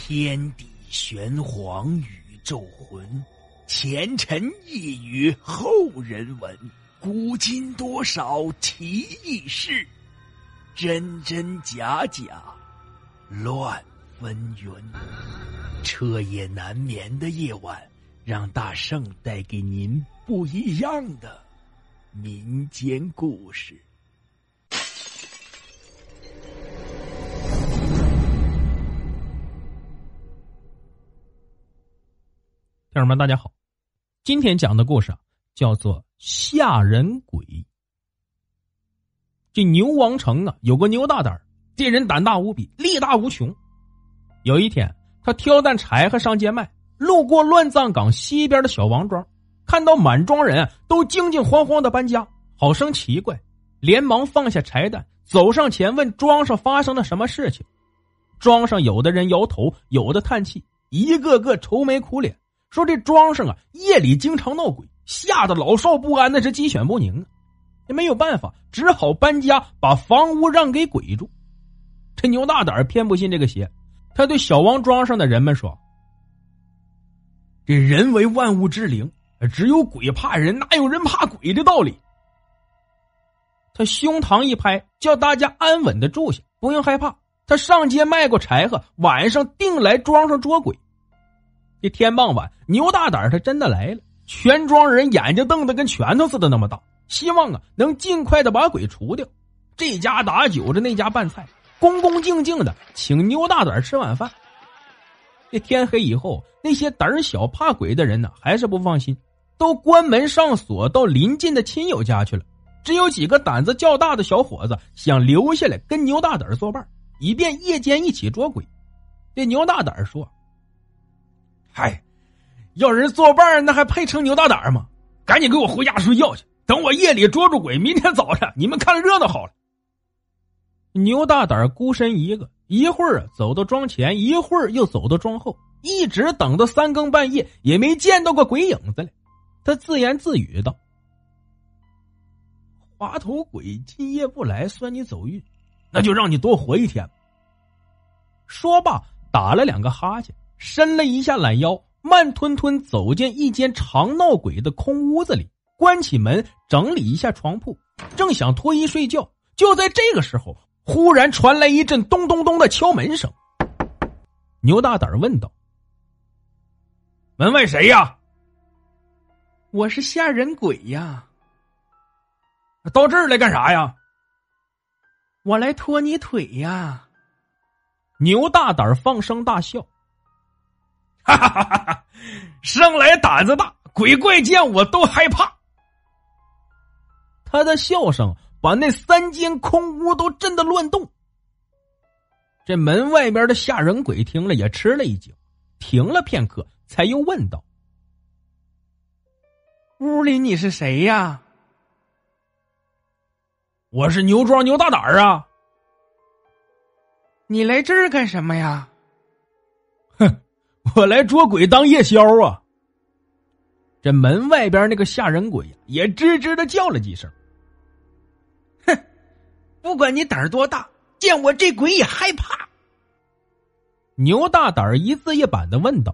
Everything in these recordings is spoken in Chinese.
天地玄黄宇宙浑，前尘一语后人闻。古今多少奇异事，真真假假乱纷纭。彻夜难眠的夜晚，让大圣带给您不一样的民间故事。 听众们大家好，今天讲的故事叫做吓人鬼。这牛王城有个牛大胆，这人胆大无比，力大无穷。有一天他挑担柴禾上街卖，路过乱葬岗西边的小王庄，看到满庄人都惊惊慌慌的搬家，好生奇怪，连忙放下柴担，走上前问庄上发生了什么事情。庄上有的人摇头，有的叹气，一个个愁眉苦脸，说这庄上夜里经常闹鬼，吓得老少不安，那是鸡犬不宁也没有办法，只好搬家，把房屋让给鬼住。这牛大胆偏不信这个邪，他对小王庄上的人们说：这人为万物之灵，只有鬼怕人，哪有人怕鬼的道理？他胸膛一拍，叫大家安稳的住下，不用害怕。他上街卖过柴禾，晚上定来庄上捉鬼。这天傍晚，牛大胆他真的来了，全庄人眼睛瞪得跟拳头似的那么大，希望能尽快的把鬼除掉。这家打酒着，那家拌菜，恭恭敬敬的请牛大胆吃晚饭。这天黑以后，那些胆小怕鬼的人还是不放心，都关门上锁到邻近的亲友家去了。只有几个胆子较大的小伙子想留下来跟牛大胆作伴，以便夜间一起捉鬼。这牛大胆说：嗨，要人作伴那还配称牛大胆吗？赶紧给我回家睡觉去，等我夜里捉住鬼，明天早上你们看热闹好了。牛大胆孤身一个，一会儿走到庄前，一会儿又走到庄后，一直等到3更半夜，也没见到过鬼影子来。他自言自语道：滑头鬼今夜不来，算你走运，那就让你多活一天。说罢打了2个哈欠，伸了一下懒腰，慢吞吞走进一间常闹鬼的空屋子里，关起门整理一下床铺，正想脱衣睡觉，就在这个时候忽然传来一阵咚咚咚的敲门声。牛大胆问道：门外谁呀？ 我是吓人鬼呀。 到这儿来干啥呀？ 我来拖你腿呀。 牛大胆放声大笑：哈哈哈哈！生来胆子大，鬼怪见我都害怕。他的笑声把那3间空屋都震得乱动。这门外边的吓人鬼听了也吃了一惊，停了片刻，才又问道： 屋里你是谁呀？ 我是牛庄牛大胆啊。 你来这儿干什么呀？ 哼，我来捉鬼当夜宵啊。这门外边那个吓人鬼也吱吱的叫了几声。 哼，不管你胆儿多大，见我这鬼也害怕。 牛大胆一字一板的问道：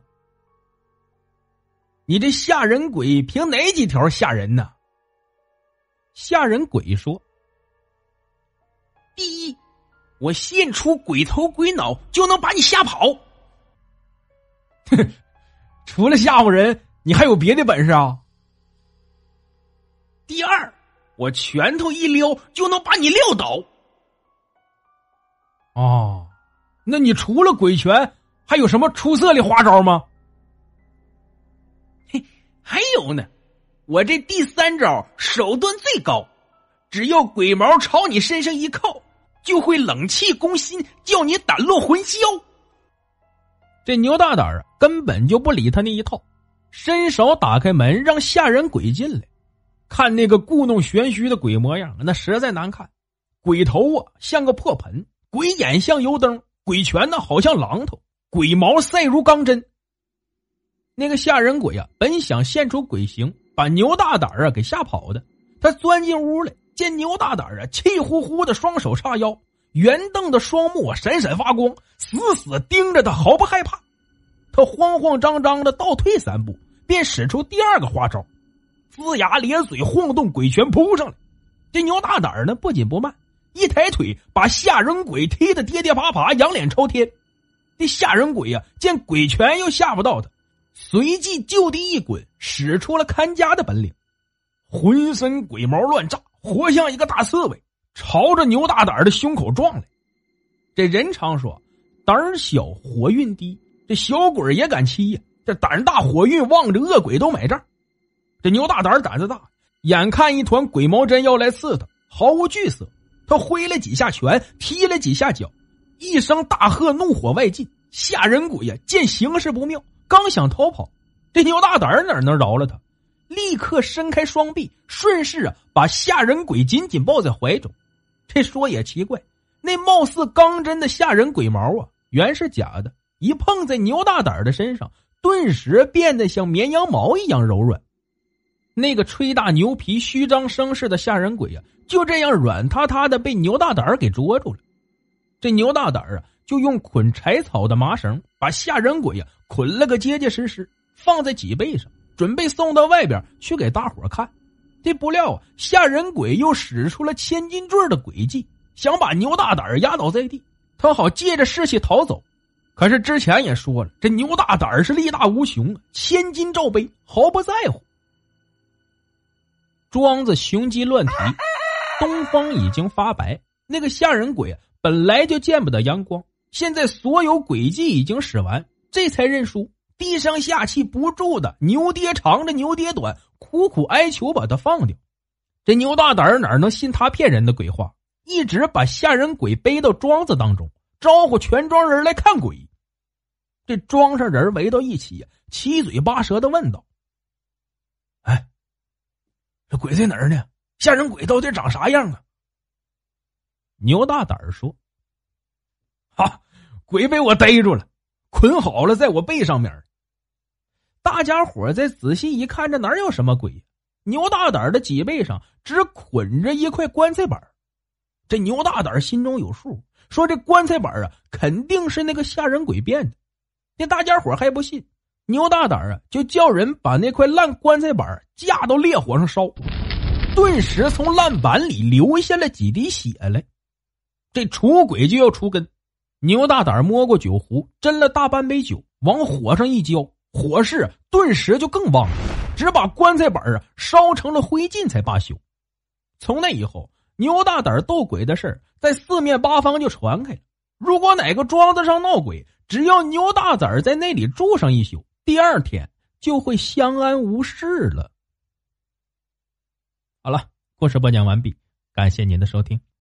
你这吓人鬼凭哪几条吓人呢？吓人鬼说：第一，我现出鬼头鬼脑就能把你吓跑。哼，除了吓唬人，你还有别的本事啊？ 第二，我拳头一撩就能把你撂倒。 哦，那你除了鬼拳，还有什么出色的花招吗？ 嘿，还有呢，我这第3招手段最高，只要鬼毛朝你身上一靠，就会冷气攻心，叫你胆落魂消。 这牛大胆根本就不理他那一套，伸手打开门让吓人鬼进来。看那个故弄玄虚的鬼模样，那实在难看。鬼头像个破盆，鬼眼像油灯，鬼拳好像榔头，鬼毛赛如钢针。那个吓人鬼本想现出鬼形，把牛大胆给吓跑的。他钻进屋来，见牛大胆气呼呼的双手叉腰，圆瞪的双目闪闪发光，死死盯着他，毫不害怕。 他慌慌张张的倒退3步，便使出第2个花招，龇牙咧嘴晃动鬼拳扑上来。这牛大胆呢不紧不慢，一抬腿把下人鬼踢得跌跌爬爬，仰脸朝天。这下人鬼见鬼拳又吓不到他，随即就地一滚，使出了看家的本领，浑身鬼毛乱炸，活像一个大刺猬，朝着牛大胆的胸口撞来。这人常说胆儿小火运低，这小鬼也敢欺呀，这胆大火运旺着恶鬼都买账。这牛大胆胆子大，眼看一团鬼毛针要来刺他，毫无惧色，他挥了几下拳，踢了几下脚，一声大喝，怒火外尽。下人鬼见形势不妙，刚想逃跑，这牛大胆哪能饶了他，立刻伸开双臂，顺势把下人鬼紧紧抱在怀中。这说也奇怪，那貌似钢针的下人鬼毛原是假的，一碰在牛大胆的身上，顿时变得像绵羊毛一样柔软。那个吹大牛皮虚张声势的下人鬼就这样软塌塌的被牛大胆给捉住了。这牛大胆就用捆柴草的麻绳把下人鬼捆了个结结实实，放在脊背上，准备送到外边去给大伙看。这不料下人鬼又使出了千斤坠的诡计，想把牛大胆压倒在地，他好借着士气逃走。可是之前也说了，这牛大胆是力大无穷，千斤罩杯，毫不在乎。庄子雄鸡乱啼，东方已经发白，那个下人鬼本来就见不得阳光，现在所有诡计已经使完，这才认输，低声下气不住的牛爹长着牛爹短，苦苦哀求把他放掉。这牛大胆哪能信他骗人的鬼话，一直把下人鬼背到庄子当中，招呼全庄人来看鬼。这庄上人围到一起，七嘴八舌的问道：哎，这鬼在哪儿呢？下人鬼到底长啥样啊？牛大胆说：鬼被我逮住了，捆好了在我背上面。大家伙再仔细一看，这哪有什么鬼？牛大胆的脊背上只捆着一块棺材板。这牛大胆心中有数，说这棺材板肯定是那个下人鬼变的。那大家伙还不信，牛大胆就叫人把那块烂棺材板架到烈火上烧，顿时从烂板里流下了几滴血来。这除鬼就要除根，牛大胆摸过酒壶，斟了大半杯酒，往火上一浇，火势顿时就更旺了，只把棺材板烧成了灰烬才罢休。从那以后，牛大胆斗鬼的事在四面八方就传开了。如果哪个庄子上闹鬼，只要牛大胆在那里住上一宿，第2天就会相安无事了。好了，故事播讲完毕，感谢您的收听。